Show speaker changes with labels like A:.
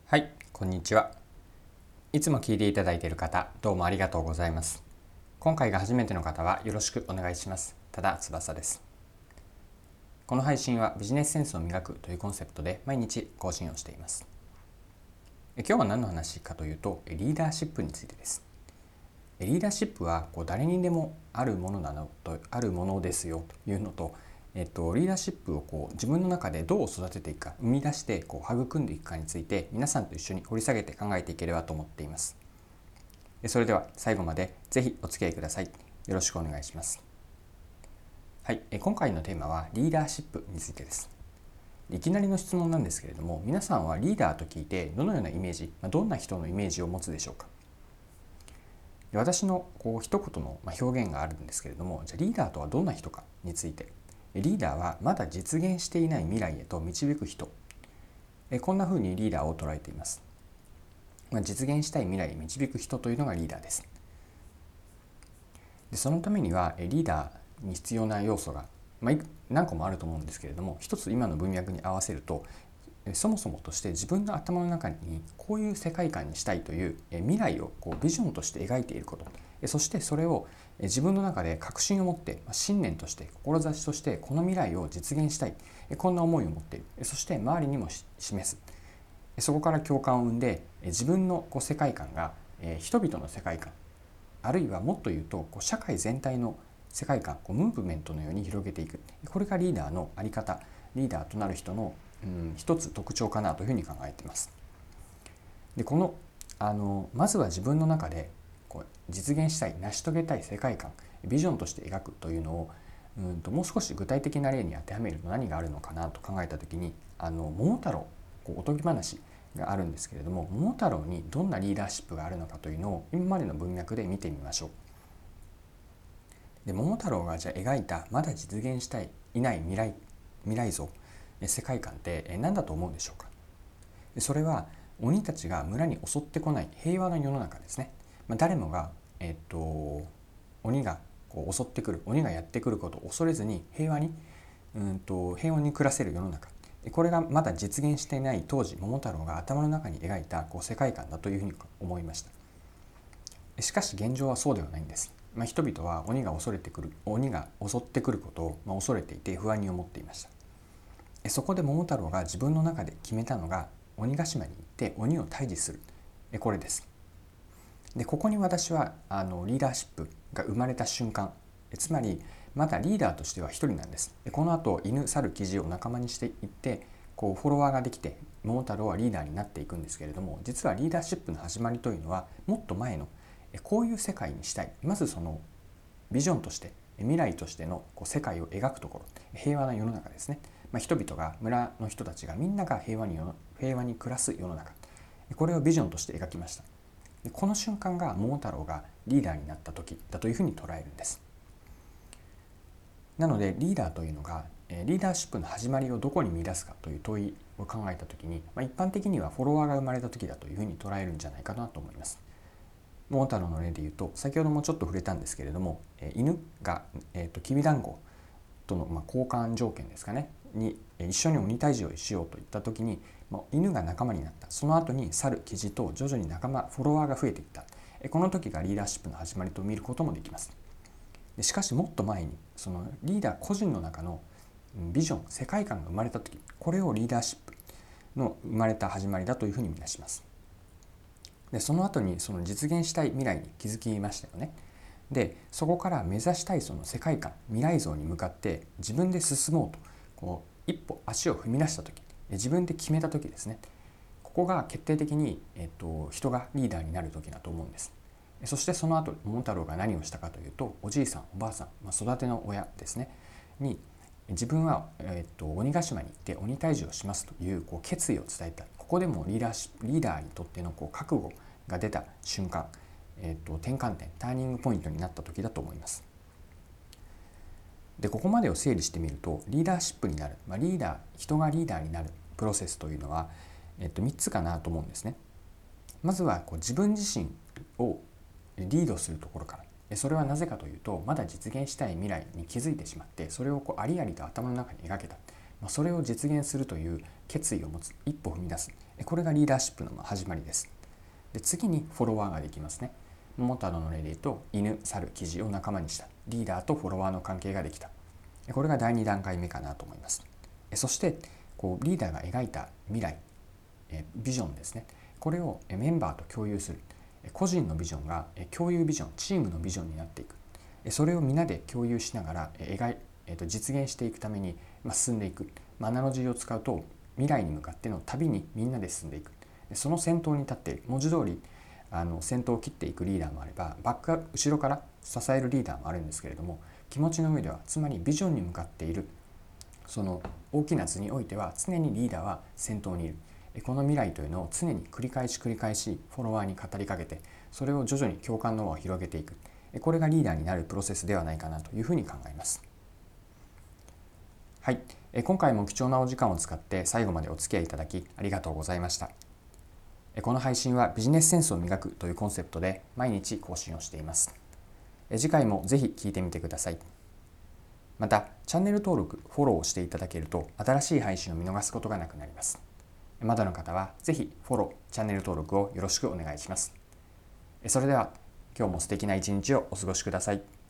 A: はい、こんにちは。いつも聞いていただいている方、どうもありがとうございます。今回が初めての方はよろしくお願いします。多田翼です。この配信はビジネスセンスを磨くというコンセプトで毎日更新をしています。今日は何の話かというと、リーダーシップについてです。リーダーシップは誰にでもあるものですよというのと、リーダーシップを自分の中でどう育てていくか、生み出して育んでいくかについて皆さんと一緒に掘り下げて考えていければと思っています。それでは最後までぜひお付き合いください。よろしくお願いします。はい、今回のテーマはリーダーシップについてです。いきなりの質問なんですけれども、皆さんはリーダーと聞いてどのようなイメージ、どんな人のイメージを持つでしょうか。私の一言の表現があるんですけれども、じゃあリーダーとはどんな人かについて、リーダーはまだ実現していない未来へと導く人、こんな風にリーダーを捉えています。実現したい未来へ導く人というのがリーダーです。でそのためにはリーダーに必要な要素が、何個もあると思うんですけれども、一つ今の文脈に合わせると、そもそもとして自分の頭の中にこういう世界観にしたいという未来をビジョンとして描いていること、そしてそれを自分の中で確信を持って、信念として志としてこの未来を実現したい、こんな思いを持っている。そして周りにも示す。そこから共感を生んで、自分の世界観が人々の世界観、あるいはもっと言うと社会全体の世界観、ムーブメントのように広げていく。これがリーダーの在り方、リーダーとなる人の一つ特徴かなというふうに考えています。でまずは自分の中で実現したい、成し遂げたい世界観、ビジョンとして描くというのをもう少し具体的な例に当てはめると何があるのかなと考えた時に、桃太郎、おとぎ話があるんですけれども、桃太郎にどんなリーダーシップがあるのかというのを今までの文脈で見てみましょう。で桃太郎がじゃあ描いたまだ実現したいない未来像、世界観って何だと思うでしょうか。それは鬼たちが村に襲ってこない平和な世の中ですね。誰もが、鬼が襲ってくる、鬼がやってくることを恐れずに平和に暮らせる世の中、これがまだ実現していない当時桃太郎が頭の中に描いた世界観だというふうに思いました。しかし現状はそうではないんです。人々は鬼が襲ってくることを恐れていて不安に思っていました。そこで桃太郎が自分の中で決めたのが、鬼ヶ島に行って鬼を退治する、これです。でここに私はリーダーシップが生まれた瞬間、つまりまだリーダーとしては一人なんです。この後犬猿キジを仲間にしていってフォロワーができて桃太郎はリーダーになっていくんですけれども、実はリーダーシップの始まりというのはもっと前の、こういう世界にしたい、まずそのビジョンとして未来としての世界を描くところ、平和な世の中ですね。人々が、村の人たちがみんなが平和に暮らす世の中、これをビジョンとして描きました。この瞬間が桃太郎がリーダーになった時だというふうに捉えるんです。なのでリーダーというのがリーダーシップの始まりをどこに見出すかという問いを考えた時に、一般的にはフォロワーが生まれた時だというふうに捉えるんじゃないかなと思います。桃太郎の例で言うと、先ほどもちょっと触れたんですけれども、犬が、きびだんごとの交換条件ですかねに一緒に鬼退治をしようといった時に、犬が仲間になった。その後に猿キジと徐々にフォロワーが増えていった。この時がリーダーシップの始まりと見ることもできます。しかしもっと前にそのリーダー個人の中のビジョン、世界観が生まれた時、これをリーダーシップの生まれた始まりだというふうに見なします。でその後にその実現したい未来に気づきましたよね。でそこから目指したいその世界観、未来像に向かって自分で進もうと一歩足を踏み出した時、自分で決めた時ですね。ここが決定的に、人がリーダーになる時だと思うんです。そしてその後桃太郎が何をしたかというと、おじいさんおばあさん、育ての親ですねに自分は、鬼ヶ島に行って鬼退治をしますという、決意を伝えた。ここでもリーダーにとっての覚悟が出た瞬間、転換点、ターニングポイントになった時だと思います。でここまでを整理してみると、リーダーシップになる、人がリーダーになるプロセスというのは、3つかなと思うんですね。まずは自分自身をリードするところから。それはなぜかというと、まだ実現したい未来に気づいてしまって、それをありありと頭の中に描けた。それを実現するという決意を持つ、一歩踏み出す。 これがリーダーシップの始まりです。で、次にフォロワーができますね。桃太郎の例で言うと、犬、猿、キジを仲間にしたリーダーとフォロワーの関係ができた。これが第2段階目かなと思います。そしてリーダーが描いた未来、ビジョンですね。これをメンバーと共有する。個人のビジョンが共有ビジョン、チームのビジョンになっていく。それを皆で共有しながら実現していくために進んでいく。アナロジーを使うと、未来に向かっての旅にみんなで進んでいく。その先頭に立って文字通り先頭を切っていくリーダーもあれば、後ろから支えるリーダーもあるんですけれども、気持ちの上では、つまりビジョンに向かっているその大きな図においては、常にリーダーは先頭にいる。この未来というのを常に繰り返しフォロワーに語りかけて、それを徐々に共感の輪を広げていく。これがリーダーになるプロセスではないかなというふうに考えます。はい、今回も貴重なお時間を使って最後までお付き合いいただきありがとうございました。この配信はビジネスセンスを磨くというコンセプトで毎日更新をしています。次回もぜひ聞いてみてください。また、チャンネル登録、フォローをしていただけると新しい配信を見逃すことがなくなります。まだの方はぜひフォロー、チャンネル登録をよろしくお願いします。それでは今日も素敵な一日をお過ごしください。